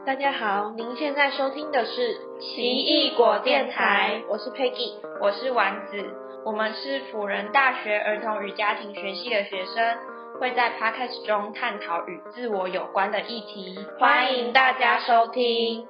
大家好，您现在收听的是奇异果电台， 我是 Peggy， 我是丸子，我们是辅仁大学儿童与家庭学系的学生，会在 Podcast 中探讨与自我有关的议题，欢迎大家收听。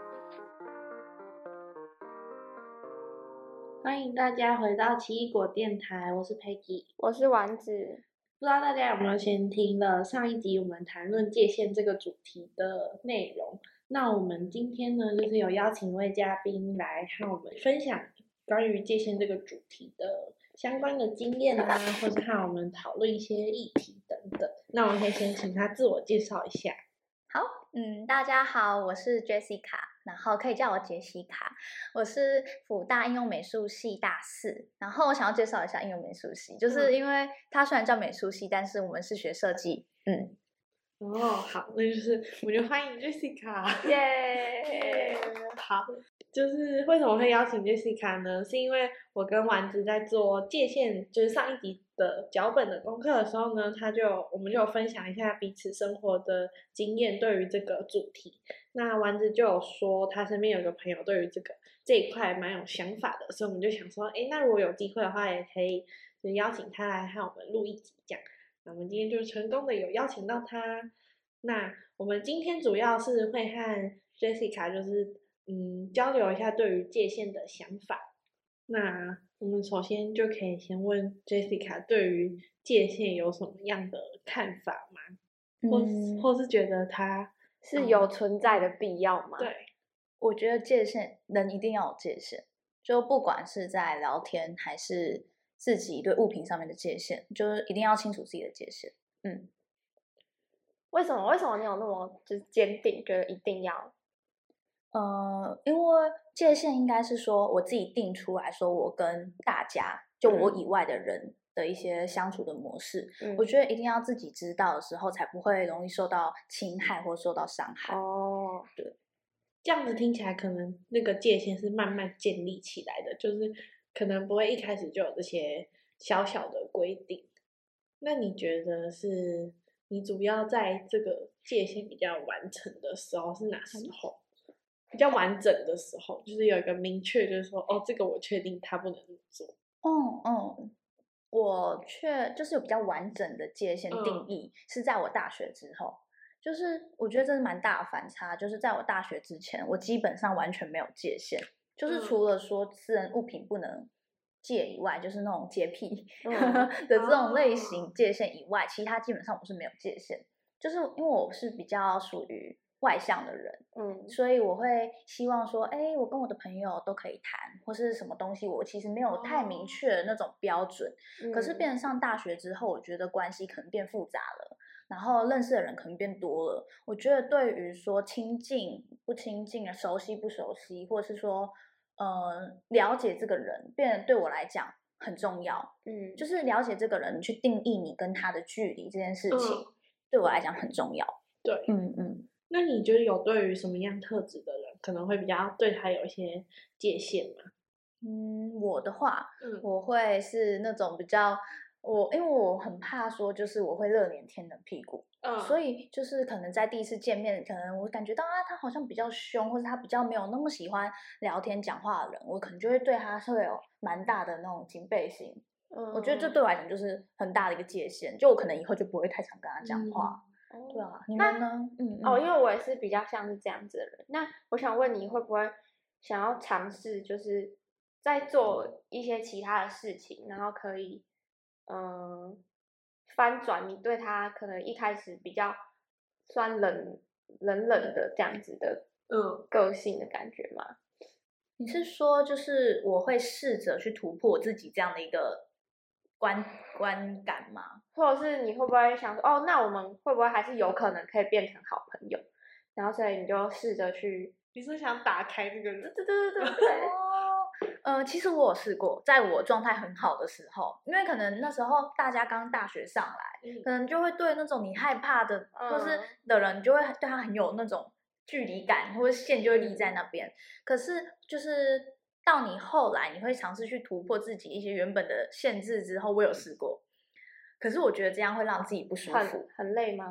欢迎大家回到奇异果电台，我是 Peggy， 我是丸子。 不知道大家有没有先听了上一集我们谈论界限这个主题的内容？那我们今天呢，就是有邀请一位嘉宾来和我们分享关于界限这个主题的相关的经验啊，或是和我们讨论一些议题等等。那我们可以先请他自我介绍一下。 好，大家好，我是 Jessica， 然后可以叫我杰西卡，我是辅大应用美术系大4，然后我想要介绍一下应用美术系，就是因为它虽然叫美术系，但是我们是学设计， 好，那就是我们就欢迎 Jessica， 耶好，就是为什么会邀请 Jessica 呢？是因为我跟丸子在做界限，就是上一集的脚本的功课的时候呢，我们就有分享一下彼此生活的经验对于这个主题。那丸子就有说他身边有个朋友对于这一块蛮有想法的，所以我们就想说，那如果有机会的话，也可以就邀请他来和我们录一集这样。那我们今天就成功的有邀请到他。那我们今天主要是会和 Jessica 就是交流一下对于界限的想法。那我们首先就可以先问 Jessica 对于界限有什么样的看法吗？或是觉得它是有存在的必要吗？ 对， 我觉得界限人一定要有界限，就不管是在聊天还是自己对物品上面的界限，就是一定要清楚自己的界限。 为什么你有那么就是坚定，觉得一定要？ 因为界限应该是说我自己定出来说，我跟大家就我以外的人的一些相处的模式，我觉得一定要自己知道的时候，才不会容易受到侵害或受到伤害。 对，这样子听起来可能那个界限是慢慢建立起来的，就是可能不会一开始就有这些小小的规定。那你觉得是你主要在这个界限比较完成的时候是哪时候？比较完整的时候，就是有一个明确，就是说，这个我确定他不能做。 我就是有比较完整的界限定义，是在我大学之后。就是我觉得这是蛮大的反差，就是在我大学之前，我基本上完全没有界限，就是除了说私人物品不能借以外，就是那种洁癖的这种类型界限以外，其他基本上我是没有界限。就是因为我是比较属于外向的人，所以我会希望说，我跟我的朋友都可以谈，或是什么东西，我其实没有太明确的那种标准。可是变成上大学之后，我觉得关系可能变复杂了，然后认识的人可能变多了。我觉得对于说亲近不亲近、熟悉不熟悉，或者是说了解这个人，变得对我来讲很重要。就是了解这个人，去定义你跟他的距离这件事情，对我来讲很重要。 对，那你觉得有对于什么样特质的人可能会比较对他有一些界限吗？ 我的话，我会是那种比较因为我很怕说，就是我会热脸贴冷屁股，所以就是可能在第一次见面，可能我感觉到他好像比较凶，或者他比较没有那么喜欢聊天讲话的人，我可能就会对他会有蛮大的那种警备心。我觉得这对我来讲就是很大的一个界限，就我可能以后就不会太常跟他讲话。对啊，你们呢？ 因为我也是比较像是这样子的人。那我想问你，会不会想要尝试，就是在做一些其他的事情，然后可以翻转你对他可能一开始比较算冷的这样子的个性的感觉吗？ 你是说就是我会试着去突破自己这样的一个观感吗？ 或者是你会不会想说，那我们会不会还是有可能可以变成好朋友？然后所以你就试着去， 你是想打开那个人？ 对。其实我有试过，在我状态很好的时候，因为可能那时候大家刚大学上来，可能就会对那种你害怕的或是的人，就会对他很有那种距离感，或者线就会立在那边。可是就是到你后来，你会尝试去突破自己一些原本的限制之后，我有试过，可是我觉得这样会让自己不舒服。 很累吗？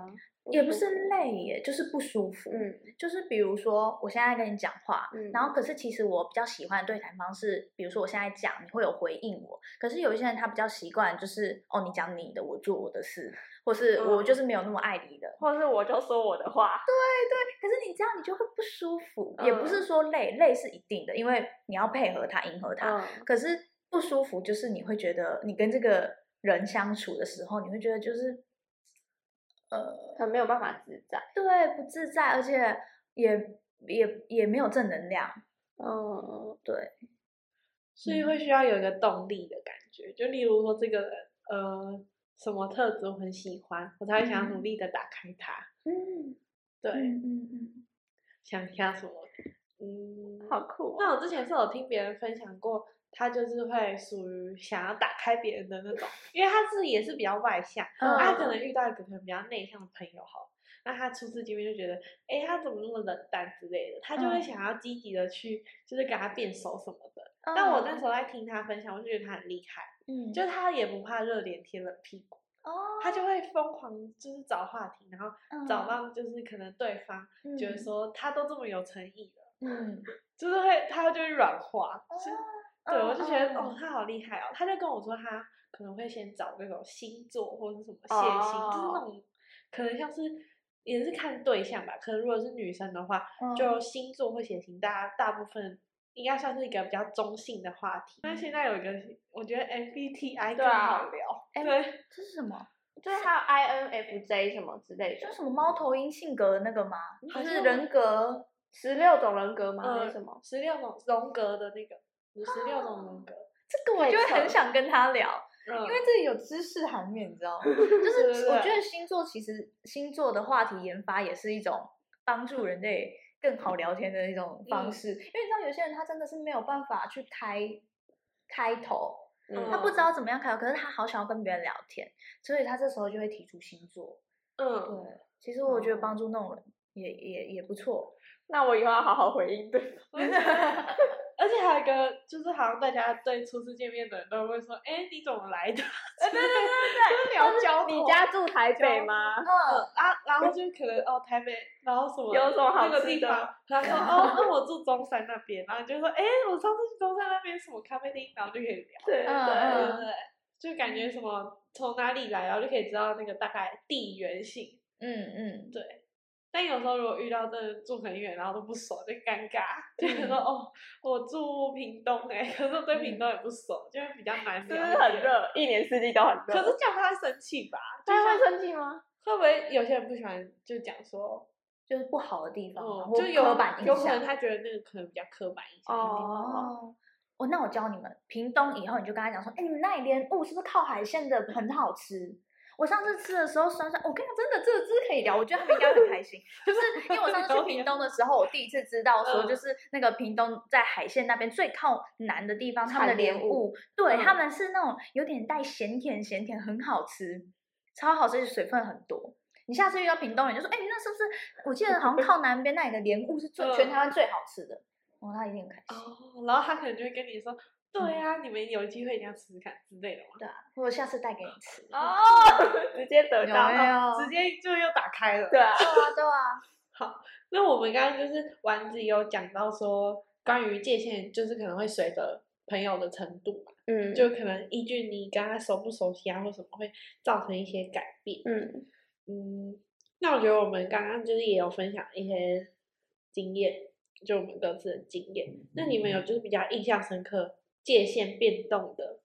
也不是累耶，就是不舒服。就是比如说我现在跟你讲话，然后可是其实我比较喜欢的对谈方式，比如说我现在讲，你会有回应我。可是有一些人他比较习惯就是你讲你的，我做我的事，或是我就是没有那么爱你的， 或是我就说我的话。 对。可是你这样你就会不舒服，也不是说累是一定的，因为你要配合他，迎合他。可是不舒服就是你会觉得你跟这个人相处的时候，你会觉得就是很没有办法自在， 对，不自在，而且也没有正能量。对， 所以会需要有一个动力的感觉。就例如说这个人什么特质我很喜欢，我才会想要努力的打开它。对，想一下什么？ 好酷。 那我之前是有听别人分享过，他就是会属于想要打开别人的那种，因为他自己也是比较外向，他可能遇到一个可能比较内向的朋友好，那他初次见面就觉得，他怎么那么冷淡之类的，他就会想要积极的去，就是跟他变熟什么的。但我那时候在听他分享，我就觉得他很厉害，就他也不怕热脸贴冷屁股。他就会疯狂就是找话题，然后找到就是可能对方觉得说他都这么有诚意了，就是他就会软化，对，我就觉得他好厉害哦。他就跟我说他可能会先找那种星座或者是什么血型，就是那种可能像是也是看对象吧。可能如果是女生的话，就星座或血型，大部分应该算是一个比较中性的话题。那现在有一个，我觉得 MBTI 更好聊。对， 这是什么？ 就是还有 INFJ 什么之类的， 就什么猫头鹰性格的那个吗？就是人格 16种人格吗？还是什么 ？16 种荣格的那个，16种人格。 这个我就会很想跟他聊，因为这里有知识含面，你知道吗？就是我觉得星座的话题研发也是一种帮助人类更好聊天的一种方式，因为你知道有些人他真的是没有办法去开头。他不知道怎么样开口，可是他好想要跟别人聊天，所以他这时候就会提出星座。对，其实我觉得帮助那种人也不错。 那我以后要好好回应对方。 而且还有一个就是好像大家对初次见面的人都会说，你怎么来的？对，就是聊交通。 你家住台北吗？ 然后就可能台北，然后什么有什么好那个地方，他说那我住中山那边，然后就说我上次去中山那边什么咖啡厅，然后就可以聊。 对， 就感觉什么从哪里来，然后就可以知道那个大概地缘性。对。但有时候如果遇到真的住很远，然后都不熟，就尴尬。就是说我住屏东可是我对屏东也不熟，就会比较难聊。 就是很热，一年四季都很热。 可是这样他会生气吧？ 他会生气吗？ 会不会有些人不喜欢就讲说就是不好的地方， 就有刻板印象， 有可能他觉得那个可能比较刻板印象。 那我教你们，屏东以后你就跟他讲说，你们那里莲雾是不是靠海鲜的，很好吃？我上次吃的时候酸酸，我跟你讲，真的这个可以聊，我觉得他们应该很开心。就是因为我上次去屏东的时候，我第一次知道说，就是那个屏东在海线那边最靠南的地方，他们的莲雾，对，他们是那种有点带咸甜，很好吃，超好吃，水分很多。你下次遇到屏东人就说，你那是不是？我记得好像靠南边那里的莲雾是全台湾最好吃的。他一定很开心。 然后他可能就会跟你说。对啊，你们有机会一定要吃吃看之类的嘛。 对啊，我下次带给你吃。 直接得到， 直接就又打开了。 对啊。 好，那我们刚刚就是丸子有讲到说，关于界限，就是可能会随着朋友的程度嘛，就可能依据你跟他熟不熟悉啊，或什么会造成一些改变。那我觉得我们刚刚就是也有分享一些经验，就我们各自的经验。那你们有就是比较印象深刻？界限变动的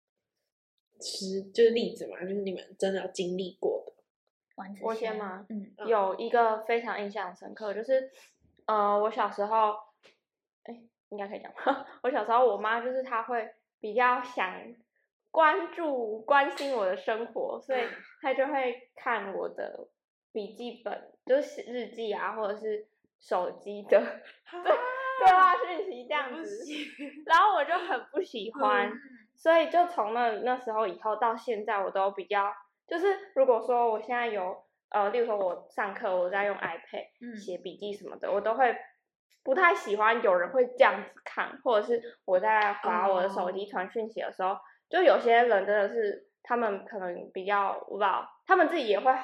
就是例子嘛，就是你们真的有经历过的。 我先吗？有一个非常印象深刻，就是我小时候，应该可以讲吧。我小时候，我妈就是她会比较想关心我的生活，所以她就会看我的笔记本，就是日记啊，或者是手机的对话讯息这样子，然后我就很不喜欢，所以就从那时候以后到现在，我都比较就是如果说我现在有例如说我上课我在用 iPad 写笔记什么的，我都会不太喜欢有人会这样子看，或者是我在滑我的手机传讯息的时候，就有些人真的是他们可能比较他们自己也会很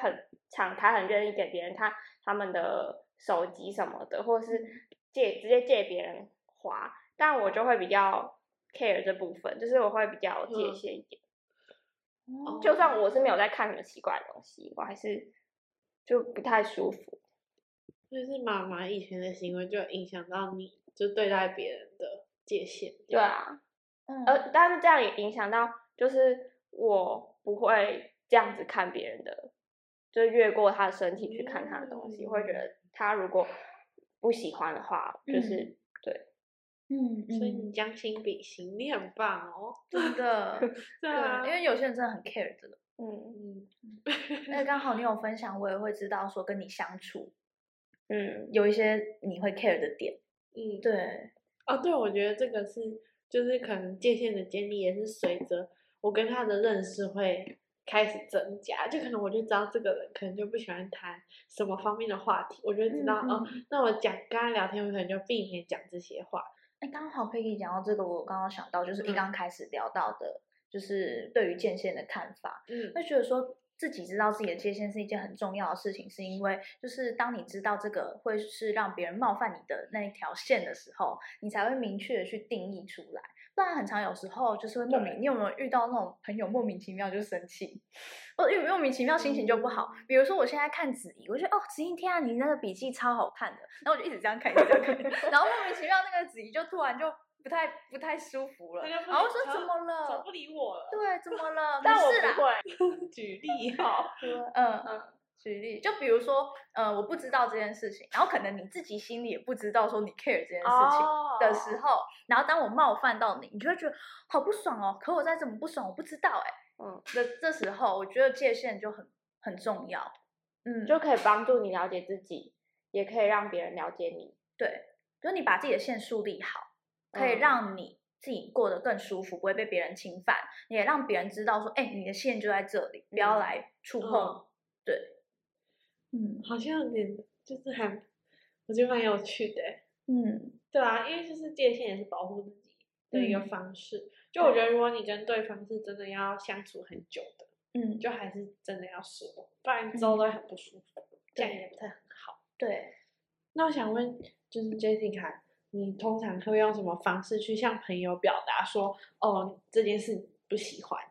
他很愿意给别人看他们的手机什么的，或者是直接借别人滑，但我就会比较 care 这部分，就是我会比较有界限一点。就算我是没有在看什么奇怪的东西，我还是就不太舒服。 就是妈妈以前的行为就影响到你，就对待别人的界限。 对啊，但是这样也影响到，就是我不会这样子看别人的，就越过他的身体去看他的东西，会觉得他如果不喜欢的话，就是对。 所以你将心比心，你很棒哦， 真的。 对啊， 因为有些人真的很 care 这个。那刚好你有分享，我也会知道说跟你相处，有一些你会 care 的点。对。 对，我觉得这个是，就是可能界限的建立也是随着我跟他的认识会开始增加，就可能我就知道这个人可能就不喜欢谈什么方面的话题，我就知道那我跟他聊天，我可能就避免讲这些话。 刚好Peggy讲到这个，我刚刚想到就是一刚开始聊到的，就是对于界限的看法，会觉得说自己知道自己的界限是一件很重要的事情，是因为就是当你知道这个会是让别人冒犯你的那一条线的时候，你才会明确的去定义出来。不然很常有时候就是会莫名，你有没有遇到那种朋友莫名其妙就生气，或者莫名其妙心情就不好？比如说我现在看子怡，我觉得子怡天啊，你那个笔记超好看的，然后我就一直这样看，一直这样看，然后莫名其妙那个子怡就突然就不太舒服了，然后说怎么了？ 怎么不理我了？ 对，怎么了？ 但我不会举例哈， 举例，就比如说，我不知道这件事情，然后可能你自己心里也不知道说你 care 这件事情的时候，然后当我冒犯到你，你就会觉得好不爽哦。可我再怎么不爽，我不知道这时候我觉得界限就很重要， 就可以帮助你了解自己，也可以让别人了解你。 对，就你把自己的线树立好，可以让你自己过得更舒服，不会被别人侵犯，也让别人知道说，你的线就在这里，不要来触碰。对。 好像有点就是我觉得蛮有趣的。对啊，因为就是界限也是保护自己的一个方式。就我觉得，如果你跟对方是真的要相处很久的，就还是真的要说，不然之后都会很不舒服，这样也不太很好。 对。 那我想问，就是 Jessica， 你通常会用什么方式去向朋友表达说，这件事不喜欢？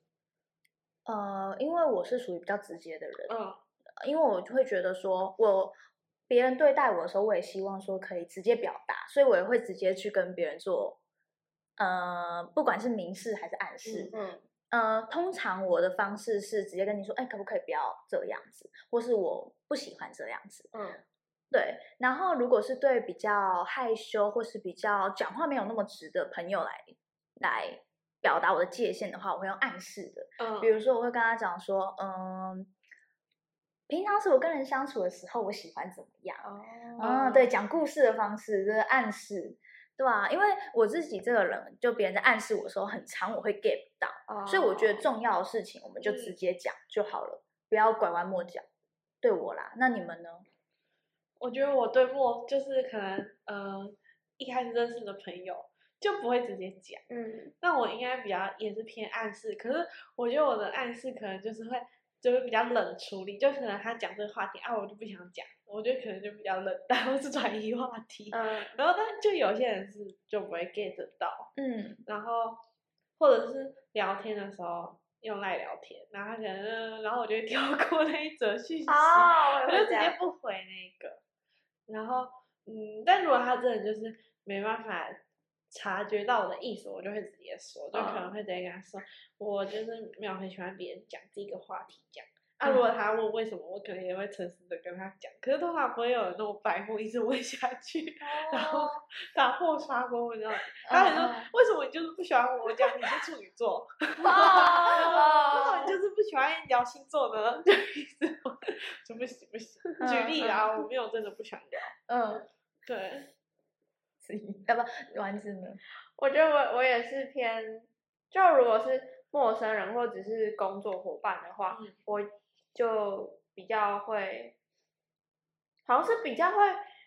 因为我是属于比较直接的人，因为我就会觉得说，别人对待我的时候，我也希望说可以直接表达，所以我也会直接去跟别人做，不管是明示还是暗示，通常我的方式是直接跟你说，可不可以不要这样子，或是我不喜欢这样子，对。然后如果是对比较害羞或是比较讲话没有那么直的朋友来表达我的界限的话，我会用暗示的，比如说我会跟他讲说，平常时我跟人相处的时候，我喜欢怎么样？对，讲故事的方式就是暗示，对吧？因为我自己这个人，就别人在暗示我的时候很长，我会 get 不到，所以我觉得重要的事情我们就直接讲就好了，不要拐弯抹角。对我啦，那你们呢？ 我觉得我对就是可能一开始认识的朋友就不会直接讲，那我应该比较也是偏暗示，可是我觉得我的暗示可能就是比较冷处理，就可能他讲这个话题我就不想讲，我觉得可能就比较冷淡或是转移话题，然后但就有些人就不会 get 到，然后或者是聊天的时候用赖聊天，然后他可能然后我就会跳过那一则讯息，我就直接不回那个，然后但如果他真的就是没办法察觉到我的意思，我就会直接说，就可能会直接跟他说，我就是没有很喜欢别人讲这个话题这样。如果他问为什么，我可能也会诚实的跟他讲，可是通常不会有人那种白目一直问下去，然后打破砂锅问到底。他还说为什么你就是不喜欢我讲你是处女座？为什么你就是不喜欢聊星座呢？就意思说不行，举例啦，我没有真的不想聊。对。 要不丸子呢？ 我觉得我也是偏，就如果是陌生人或者是工作伙伴的话，我就比较会，好像是比较会，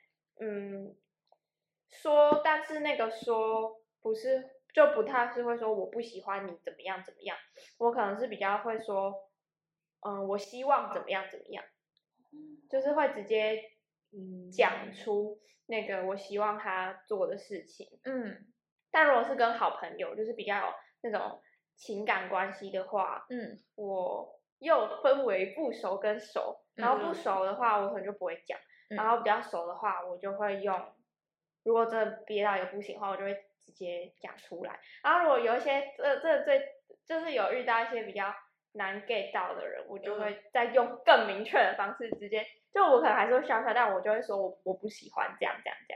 说，但是那个说不是，就不太是会说我不喜欢你怎么样怎么样，我可能是比较会说，我希望怎么样怎么样， 就是会直接讲出那个我希望他做的事情。但如果是跟好朋友，就是比较有那种情感关系的话，我又分为不熟跟熟，然后不熟的话我可能就不会讲，然后比较熟的话我就会用，如果真的憋到一个不行的话，我就会直接讲出来。然后如果有一些就是有遇到一些比较难 get 到的人，我就会再用更明确的方式直接，就我可能还是会笑笑，但我就会说我不喜欢这样。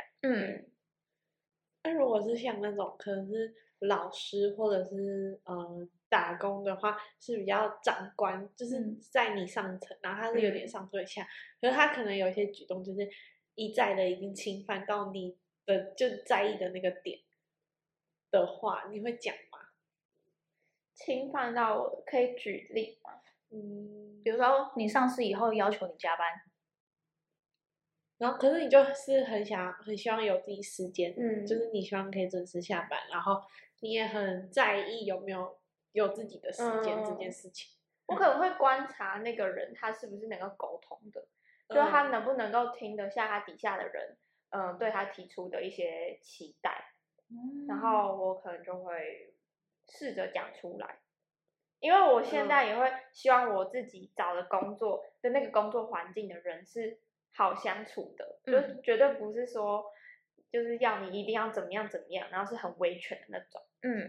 那如果是像那种可能是老师或者是打工的话，是比较长官，就是在你上层，然后他是有点上对下，可是他可能有一些举动就是一再的已经侵犯到你的就在意的那个点的话，你会讲吗？ 侵犯到我可以举例吗？ 比如说你上司以后要求你加班， 然后可是你就是很希望有自己时间，就是你希望可以准时下班，然后你也很在意有没有自己的时间这件事情。 我可能会观察那个人他是不是能够沟通的，就是他能不能够听得下他底下的人对他提出的一些期待，然后我可能就会试着讲出来。因为我现在也会希望我自己找的工作的那个工作环境的人是好相处的，就绝对不是说就是要你一定要怎么样，然后是很威权的那种。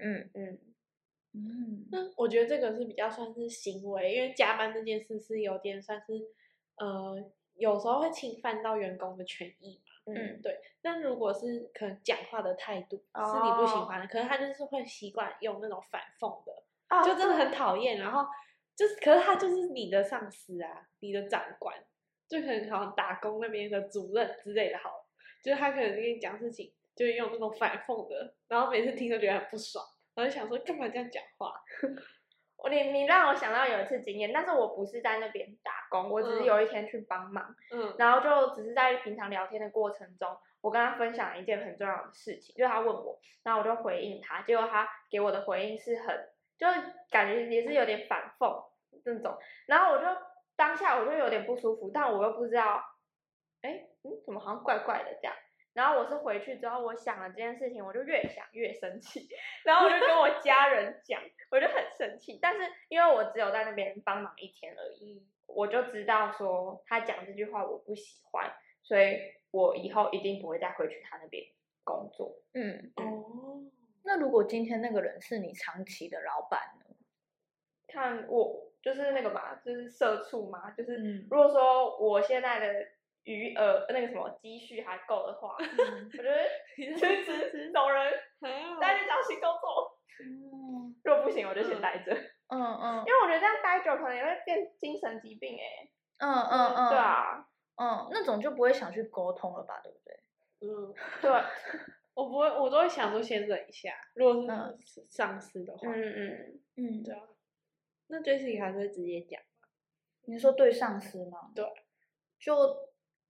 那我觉得这个是比较算是行为，因为加班这件事是有点算是有时候会侵犯到员工的权益嘛。对。但如果是可能讲话的态度是你不喜欢的，可能他就是会习惯用那种反讽的。就真的很讨厌，然后可是他就是你的上司啊，你的长官，就可能好像打工那边的主任之类的，好了，就是他可能跟你讲事情，就会用那种反讽的，然后每次听都觉得很不爽，然后就想说干嘛这样讲话？ 你让我想到有一次经验，但是我不是在那边打工，我只是有一天去帮忙，然后就只是在平常聊天的过程中，我跟他分享了一件很重要的事情，就是他问我，然后我就回应他，结果他给我的回应是就感觉也是有点反讽那种，然后我就当下我就有点不舒服，但我又不知道，怎么好像怪怪的这样。然后我是回去之后，我想了这件事情，我就越想越生气，然后我就跟我家人讲，我就很生气。但是因为我只有在那边帮忙一天而已，我就知道说他讲这句话我不喜欢，所以我以后一定不会再回去他那边工作。 那如果今天那个人是你长期的老板呢？ 看我就是那个嘛，就是社畜嘛，就是如果说我现在的余额那个什么积蓄还够的话，我觉得辞职走人，再去找新工作。如果不行，我就先待着。因为我觉得这样待久可能也会变精神疾病对啊。 那种就不会想去沟通了吧，对不对？ 对。 我不会，我都会想说先忍一下。如果是上司的话，对啊。那 Jessie 还是会直接讲吗？ 你说对上司吗？ 对。 就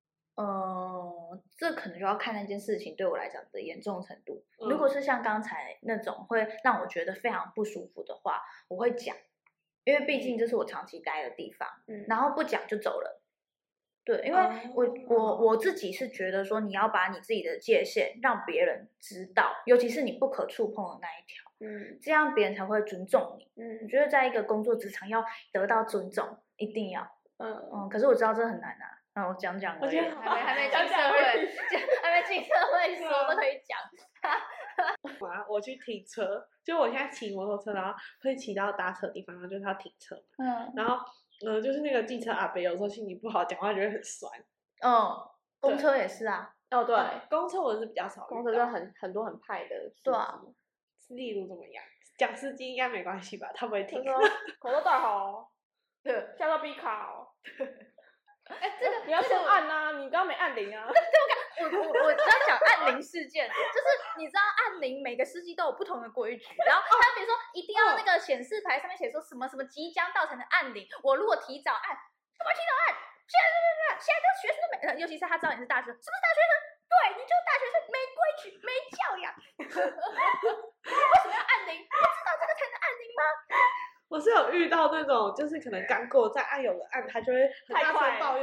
这可能就要看那件事情对我来讲的严重程度。如果是像刚才那种会让我觉得非常不舒服的话，我会讲，因为毕竟这是我长期待的地方。然后不讲就走了。对，因为我自己是觉得说，你要把你自己的界限让别人知道，尤其是你不可触碰的那一条，这样别人才会尊重你。我觉得在一个工作职场要得到尊重，一定要。可是我知道这很难啊。我讲而已，还没进社会，还没进社会，什么都可以讲。 我去停车，就我现在骑摩托车，然后会骑到搭车的地方，然后就是要停车。然后就是那个机车阿伯有时候心情不好，讲话就会很酸。 公车也是啊。 对， 公车我是比较少遇到。 公车就很多很派的。 对啊。 例如怎么样？讲司机应该没关系吧？他不会听。 口罩戴好。对，下到 B 卡哦。这个你要先按啊！你刚刚没按铃啊。 我只要讲按铃事件，就是你知道按铃每个司机都有不同的规矩，然后他比如说一定要那个显示牌上面写说什么什么即将到才能按铃，我如果提早按，干嘛提早按？现在这学生都没，尤其是他知道你是大学生，是不是大学生？对，你就是大学生，没规矩，没教养。为什么要按铃？不知道这个才能按铃吗？ 我是有遇到那种，就是可能刚过站按，有人按他就会很大声抱怨说：“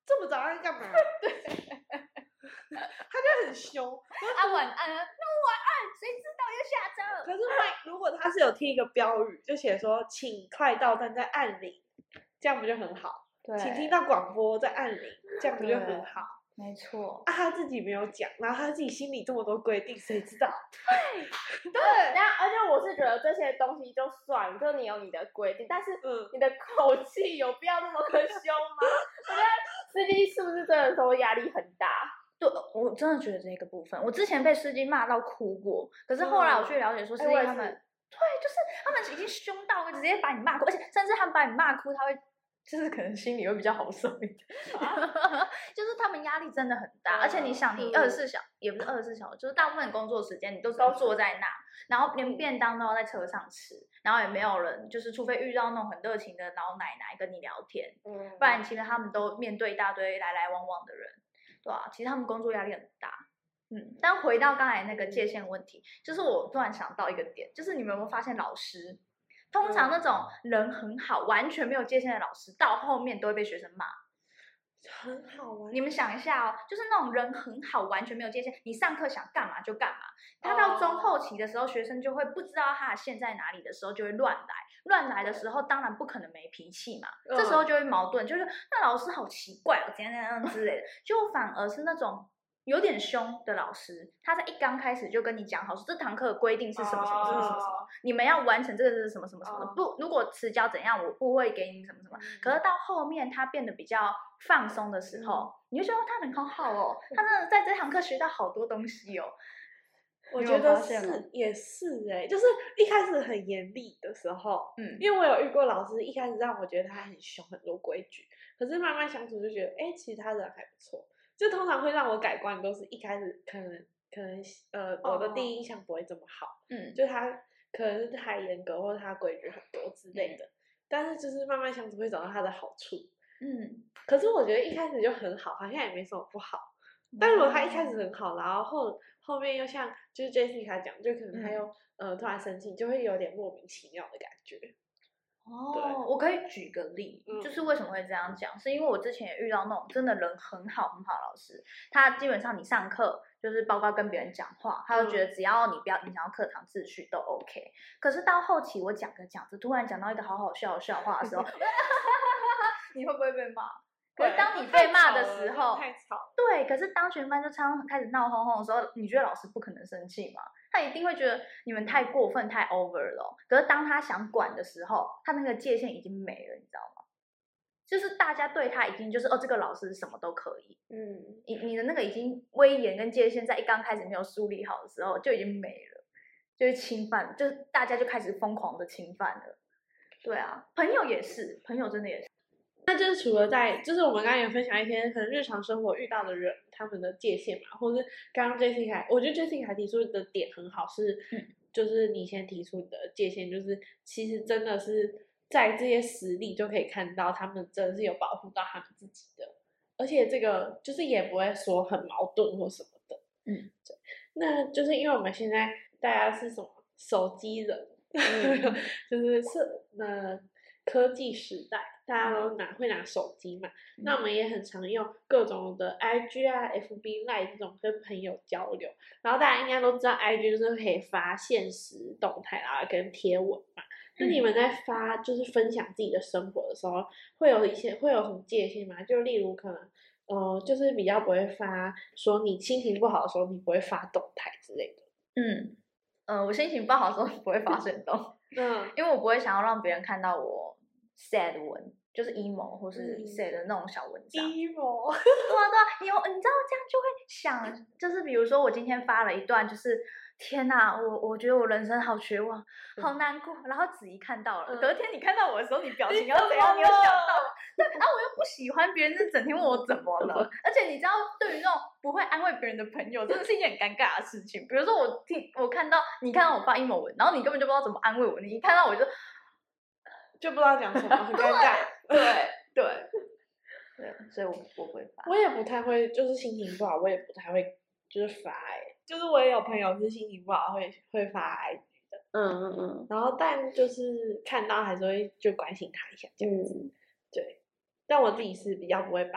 这么早在干嘛？对，他就很凶。 晚安，那晚安，谁知道又下车？ 可是如果他是有贴一个标语，就写说请快到站在按铃，这样不就很好？ 对， 请听到广播在按铃，这样不就很好？ 没错。 啊，他自己没有讲，然后他自己心里这么多规定，谁知道？ 对，而且我是觉得这些东西就算了，就你有你的规定，但是你的口气有必要那么的凶吗？我觉得司机是不是真的说压力很大？ 对，我真的觉得这个部分，我之前被司机骂到哭过，可是后来我去了解说，司机他们，对，就是他们已经凶到会直接把你骂哭，而且甚至他们把你骂哭，他会就是可能心里会比较好受一点，就是他们压力真的很大，而且你想，你24小也不是24小时，就是大部分工作时间你都坐在那，然后连便当都要在车上吃，然后也没有人，就是除非遇到那种很热情的老奶奶跟你聊天，不然其实他们都面对一大堆来来往往的人。对啊，其实他们工作压力很大，但回到刚才那个界限问题，就是我突然想到一个点，就是你们有没有发现老师，通常那种人很好、完全没有界限的老师，到后面都会被学生骂。 很好玩。 你们想一下哦，就是那种人很好，完全没有界限，你上课想干嘛就干嘛。他到中后期的时候，学生就会不知道他的线在哪里的时候，就会乱来。乱来的时候，当然不可能没脾气嘛。这时候就会矛盾，就是那老师好奇怪哦，怎样怎样之类的。就反而是那种有点凶的老师，他在一刚开始就跟你讲好，说这堂课的规定是什么什么什么什么什么，你们要完成这个是什么什么什么。不，如果迟交怎样，我不会给你什么什么。可是到后面他变得比较放松的时候，你就觉得他人很好哦，他真的在这堂课学到好多东西哦。 我觉得也是就是一开始很严厉的时候，因为我有遇过老师，一开始让我觉得他很凶，很多规矩，可是慢慢相处就觉得，其实他人还不错。就通常会让我改观，都是一开始可能我的第一印象不会这么好，就他可能是太严格，或者他规矩很多之类的，但是就是慢慢相处会找到他的好处，可是我觉得一开始就很好，好像也没什么不好。但如果他一开始很好，然后后面又像就是 Jessica 讲，就可能他又突然生气，就会有点莫名其妙的感觉。 我可以举个例，就是为什么会这样讲，是因为我之前也遇到那种真的人很好很好的老师，他基本上你上课就是包括跟别人讲话，他就觉得只要你不要影响到课堂秩序都 OK。可是到后期我讲着讲着，突然讲到一个好好笑的笑话的时候，你会不会被骂？可是当你被骂的时候， 太吵。 对，可是当全班就开始闹哄哄的时候，你觉得老师不可能生气吗？他一定会觉得你们太过分、太 over 了。可是当他想管的时候，他那个界限已经没了，你知道吗？就是大家对他已经就是这个老师什么都可以。你的那个已经威严跟界限在一刚开始没有梳理好的时候就已经没了，就是侵犯，就是大家就开始疯狂的侵犯了。对啊，朋友也是，朋友真的也是。 那就是除了就是我们刚刚有分享一些可能日常生活遇到的人他们的界限嘛，或是刚刚 Jessica， 我觉得 Jessica 提出的点很好，是就是你先提出的界限，就是其实真的是在这些实例就可以看到他们真的是有保护到他们自己的，而且这个就是也不会说很矛盾或什么的。对，那就是因为我们现在大家是什么手机人，就是科技时代，大家都会拿手机嘛，那我们也很常用各种的 IG 啊、FB Line 这种跟朋友交流，然后大家应该都知道 IG 就是可以发现实动态啊跟贴文嘛。那你们在就是分享自己的生活的时候，会有什么界限吗？就例如可能就是比较不会发说你心情不好的时候你不会发动态之类的。 我心情不好的时候不会发限动，因为我不会想要让别人看到我 sad 文，就是 emo 或是 sad 的那种小文章。 emo， 对，你知道这样就会想，就是比如说我今天发了一段，就是天哪，我觉得我人生好绝望，好难过，然后子怡看到了，隔天你看到我的时候，你表情要怎样？你有想到吗？对，然后我又不喜欢别人就整天问我怎么了，而且你知道，对于那种不会安慰别人的朋友，真的是一件很尴尬的事情。比如说你看到我发 emo 文，然后你根本就不知道怎么安慰我，你一看到我就不知道讲什么，很尴尬。 对，所以我不会发。 我也不太会，就是心情不好，我也不太会就是发就是我也有朋友是心情不好会发 IG 的，然后但就是看到还是会就关心他一下这样子，对。但我自己是比较不会把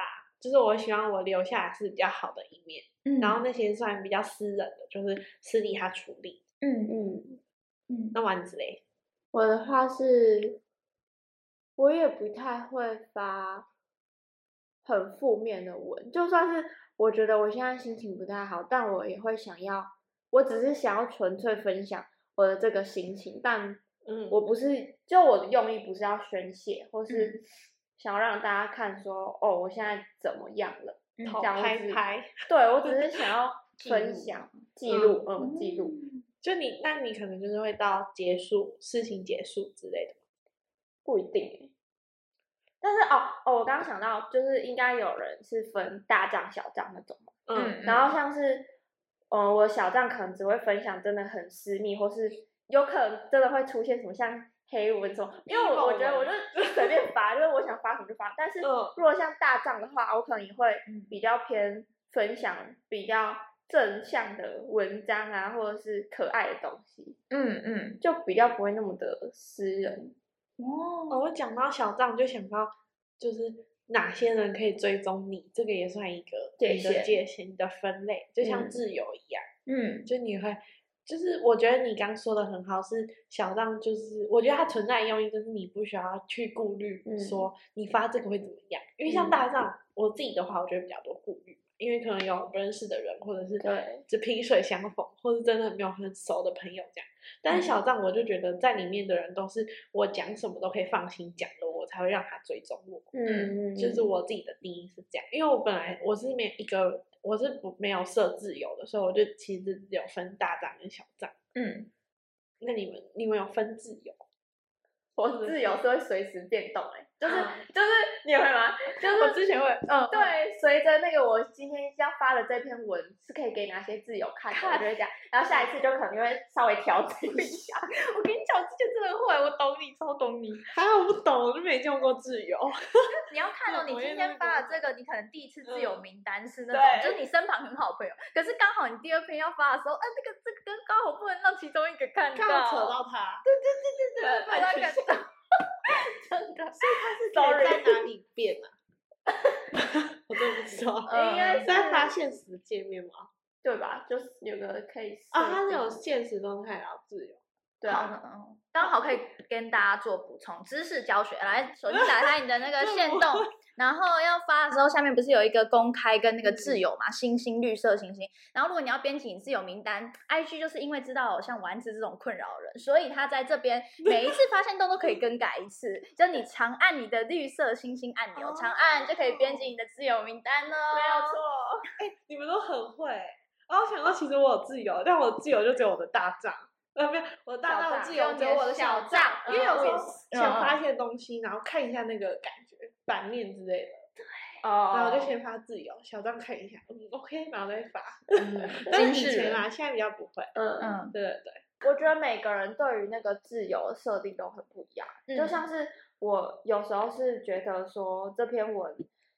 就是我希望我留下来是比较好的一面，然后那些算比较私人的，就是私底下处理。那丸子嘞？ 我的话是，我也不太会发很负面的文，就算是我觉得我现在心情不太好，但我也会想要，我只是想要纯粹分享我的这个心情，但我不是，就我的用意不是要宣泄，或是想要让大家看说，哦，我现在怎么样了，这样拍， 对，我只是想要分享记录，记录。 就那你可能就是会到事情结束之类的， 不一定。但是我刚刚想到，就是应该有人是分大账小账那种嘛，然后像是我小账可能只会分享真的很私密，或是有可能真的会出现什么像黑文什么，因为我觉得我就随便发，就是我想发什么就发。但是如果像大账的话，我可能也会比较偏分享比较正向的文章啊，或者是可爱的东西，就比较不会那么的私人。 我讲到小账就想到，就是哪些人可以追踪你，这个也算一个你的界限、你的分类，就像挚友一样。就你会，就是我觉得你刚说的很好，是小账，就是我觉得它存在的用意就是你不需要去顾虑说你发这个会怎么样，因为像大账，我自己的话，我觉得比较多顾虑。因为可能有不认识的人，或者是只萍水相逢，或是真的没有很熟的朋友这样。但是小账我就觉得在里面的人都是我讲什么都可以放心讲的，我才会让他追踪我。就是我自己的定义是这样，因为我本来我是没有设自由的，所以我就其实只有分大账跟小账。那你们有分自由？ 我自由是会随时变动就是你会吗？就是我之前会， 对，随着那个我今天要发的这篇文是可以给哪些自由看的，我就会讲，然后下一次就可能会稍微调整一下。我跟你讲，我之前真的会，我懂你，超懂你。 我不懂，我就没用过自由。 你要看你今天发的这个，你可能第一次自由名单是那种，就是你身旁很好朋友，可是刚好你第二篇要发的时候，这个刚好不能让其中一个看到， 刚好扯到他。 对，把他看到。 真的，所以他是可以在哪里变啊？我真的不知道， 应该是在发现实界面吗？ 对吧？就是有个可以它是有现实动态然后自由。 对啊， 刚好可以跟大家做补充知识教学。来，手机打开你的那个限动，然后要发的时候，下面不是有一个公开跟那个自由嘛，星星绿色星星。然后如果你要编辑你自由名单 ，IG 就是因为知道像丸子这种困扰的人，所以他在这边每一次发现动都可以更改一次，就你长按你的绿色星星按钮，长按就可以编辑你的自由名单哦。 没有错， 你们都很会。然后想到其实我有自由，但我的自由就只有我的大账。没有，我大账的自由只有我的小账，因为有时候想发现东西，然后看一下那个感觉版面之类的，然后就先发自由，小账看一下，OK， 然后再发。但是以前现在比较不会。对。 我觉得每个人对于那个自由的设定都很不一样，就像是我有时候是觉得说这篇文，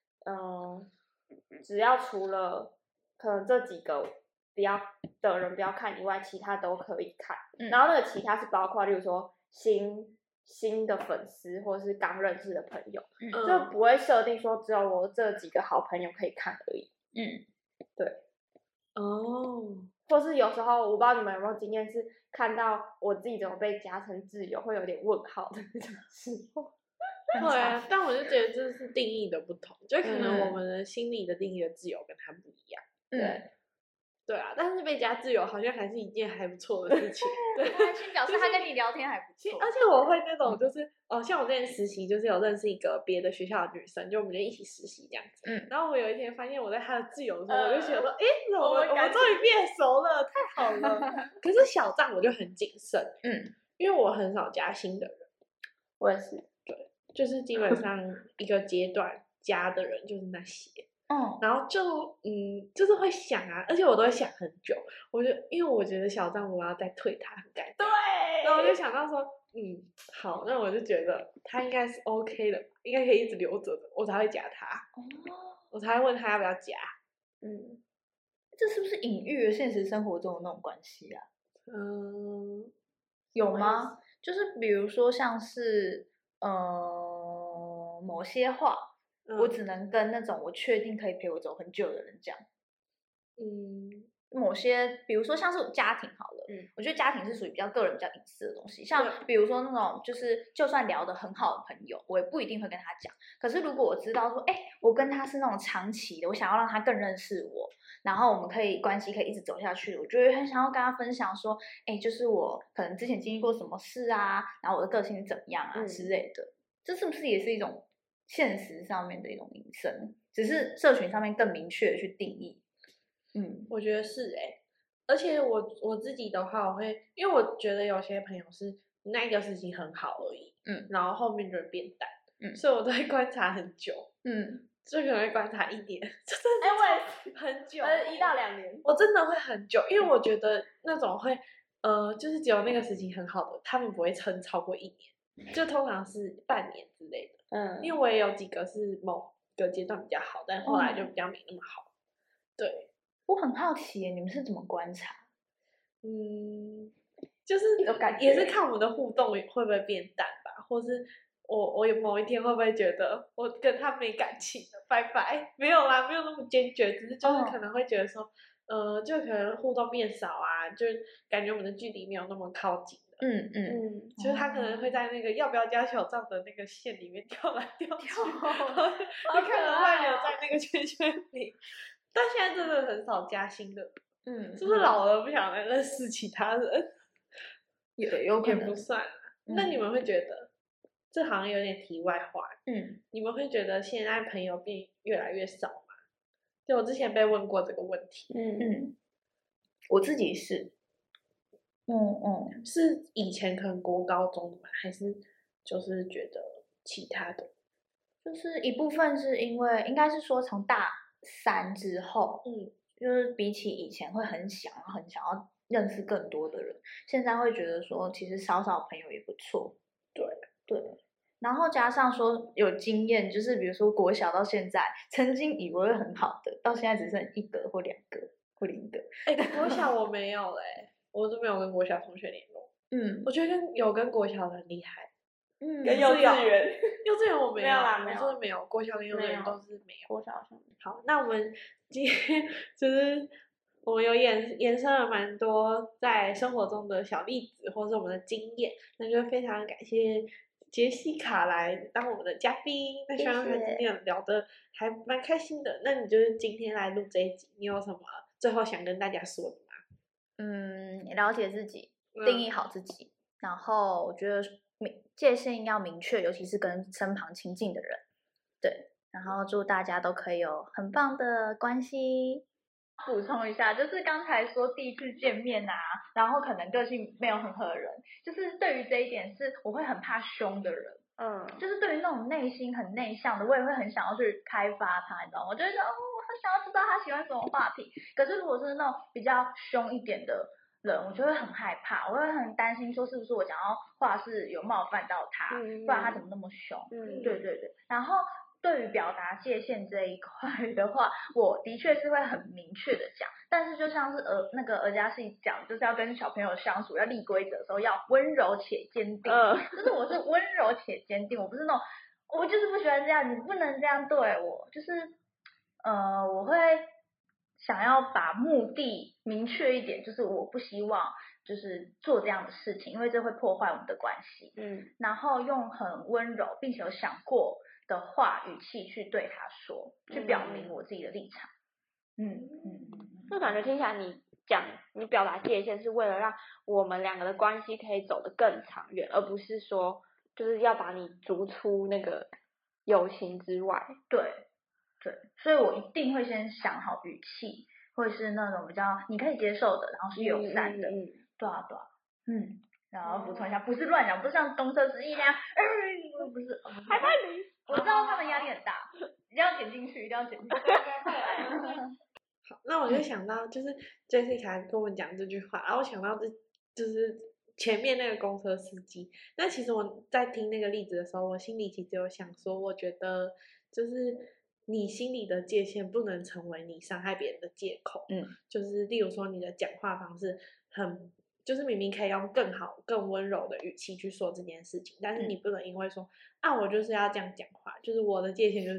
只要除了可能这几个的人不要看以外，其他都可以看。然后那个其他是包括，例如说新的粉丝或是刚认识的朋友，就不会设定说只有我这几个好朋友可以看而已。对。或是有时候我不知道你们有没有经验，是看到我自己怎么被加成挚友，会有点问号的那种时候。 对啊，但我就觉得这是定义的不同，就可能我们的心里的定义的自由跟他不一样。对啊，但是被加自由好像还是一件还不错的事情。对， 表示他跟你聊天还不错。 而且我会那种就是像我之前实习，就是有认识一个别的学校的女生，就我们就一起实习这样子。然后我有一天发现我在她的自由的时候，我就觉得说，我们终于变熟了，太好了。可是小账我就很谨慎，因为我很少加新的人。 我也是， 对，就是基本上一个阶段加的人就是那些。然后就是会想啊，而且我都会想很久。因为我觉得小账我要再退他很尴尬。 对。 然后我就想到说，好，那我就觉得他应该是 OK 的，应该可以一直留着的，我才会加他。我才会问他要不要加。 这是不是隐喻了现实生活中的那种关系啊？有吗？就是比如说像是某些话。 我只能跟那种我确定可以陪我走很久的人讲。某些比如说像是家庭好了，我觉得家庭是属于比较个人比较隐私的东西，像比如说那种就是就算聊得很好的朋友，我也不一定会跟他讲。可是如果我知道说，我跟他是那种长期的，我想要让他更认识我，然后我们关系可以一直走下去，我就会很想要跟他分享说，就是我可能之前经历过什么事啊，然后我的个性是怎么样啊之类的。这是不是也是一种现实上面的一种隐身，只是社群上面更明确的去定义？ 我觉得是而且我自己的话，我会因为我觉得有些朋友是那个事情很好而已，然后后面就会变淡，所以我都会观察很久，就可能会观察1年，真的很久 ，1到2年， 我真的会很久，因为我觉得那种会就是只有那个事情很好的，他们不会撑超过1年，就通常是半年之类的，因为我也有几个是某个阶段比较好，但后来就比较没那么好，对。 我很好奇耶，你们是怎么观察？ 就是也是看我们的互动会不会变淡吧，或是我有某一天会不会觉得我跟他没感情了，拜拜，没有啦，没有那么坚决，只是就是可能会觉得说，就可能互动变少啊，就感觉我们的距离没有那么靠近了，就是他可能会在那个要不要加小账的那个线里面跳来跳去，你可能会留在那个圈圈里。但现在真的很少加新的，是不是老了不想再认识其他人？ 有可能也不算。那你们会觉得，这好像有点题外话，你们会觉得现在朋友变越来越少吗？就我之前被问过这个问题， 我自己是， 是以前可能国高中的吗？还是就是觉得其他的？ 就是一部分是因为应该是说从大3之后，就是比起以前会很想要认识更多的人，现在会觉得说其实少朋友也不错。对，然后加上说有经验，就是比如说国小到现在，曾经以为很好的，到现在只剩1个或2个或0个。 国小我没有我都没有跟国小同学联络。我觉得有跟国小的很厉害。 跟幼稚园， 幼稚园我没有啦， 我真的没有，国小跟幼稚园都是没有。 国小好像好，那我们今天就是我们有延伸了蛮多在生活中的小例子，或是我们的经验，那就非常感谢杰西卡来当我们的嘉宾。那希望他今天聊得还蛮开心的。那你就是今天来录这一集，你有什么最后想跟大家说的吗？ 了解自己，定义好自己，然后我觉得界限要明确，尤其是跟身旁亲近的人。对，然后祝大家都可以有很棒的关系。补充一下，就是刚才说第一次见面啊，然后可能个性没有很合的人，就是对于这一点是我会很怕凶的人。就是对于那种内心很内向的，我也会很想要去开发他，你知道吗？我就会说我很想要知道他喜欢什么话题。可是如果是那种比较凶一点的人，我就会很害怕，我会很担心说是不是我讲到话是有冒犯到他，不然他怎么那么凶？对。然后对于表达界限这一块的话，我的确是会很明确的讲，但是就像是那个儿家系讲，就是要跟小朋友相处要立规则的时候，要温柔且坚定。就是我是温柔且坚定，我不是那种我就是不喜欢这样，你不能这样对我，就是我会想要把目的明确一点，就是我不希望就是做这样的事情，因为这会破坏我们的关系。然后用很温柔并且有想过的话语气去对他说，去表明我自己的立场。 就感觉听起来你表达界限是为了让我们2个的关系可以走得更长远，而不是说就是要把你逐出那个友情之外。 对，所以我一定会先想好语气，或者是那种比较你可以接受的，然后是友善的。对。然后补充一下，不是乱讲，不是像东车之一那样，不是， 还怕你？ 我知道他们压力很大，一定要剪进去，一定要剪进去。 好，那我就想到就是 Jessica 跟我们讲这句话，然后我想到就是前面那个公车司机。那其实我在听那个例子的时候，我心里其实有想说，我觉得就是你心里的界限不能成为你伤害别人的借口。就是例如说你的讲话方式就是明明可以用更好、更温柔的语气去说这件事情，但是你不能因为说我就是要这样讲话，就是我的界限就是这样，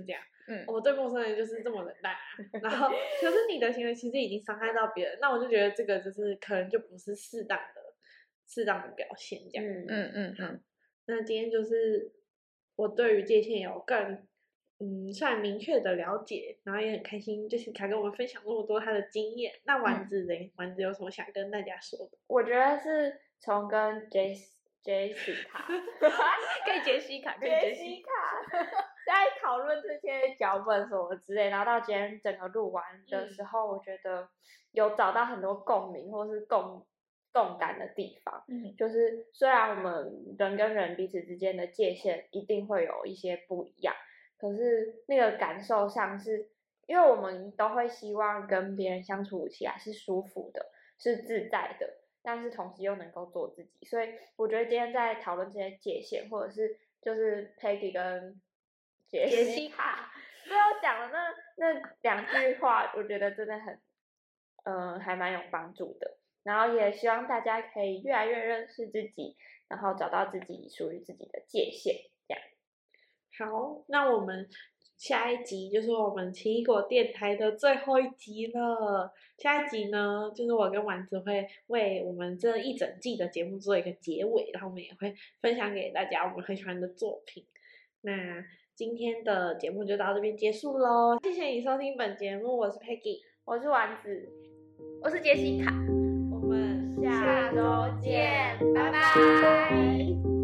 我对陌生人就是这么冷淡，然后可是你的行为其实已经伤害到别人，那我就觉得这个就是可能就不是适当的表现这样。那今天就是我对于界限有更算明确的了解，然后也很开心Jessica跟我们分享那么多她的经验。那丸子嘞，丸子有什么想跟大家说的？ 我觉得是从跟Jessica 可以杰西卡在讨论这些脚本什么之类，然后到今天整个录完的时候，我觉得有找到很多共鸣或是共感的地方。就是虽然我们人跟人彼此之间的界限一定会有一些不一样，可是那个感受上是，因为我们都会希望跟别人相处起来是舒服的，是自在的，但是同时又能够做自己。所以我觉得今天在讨论这些界限，或者是就是 Peggy 跟杰西卡最后讲的那2句话，我觉得真的很还蛮有帮助的。然后也希望大家可以越来越认识自己，然后找到自己属于自己的界限。这样。 好，那我们下一集就是我们奇异果电台的最后一集了。下一集呢，就是我跟丸子会为我们这一整季的节目做一个结尾，然后我们也会分享给大家我们很喜欢的作品。那今天的节目就到这边结束咯，谢谢你收听本节目，我是 Peggy， 我是丸子， 我是杰西卡， 我们下周见，拜拜。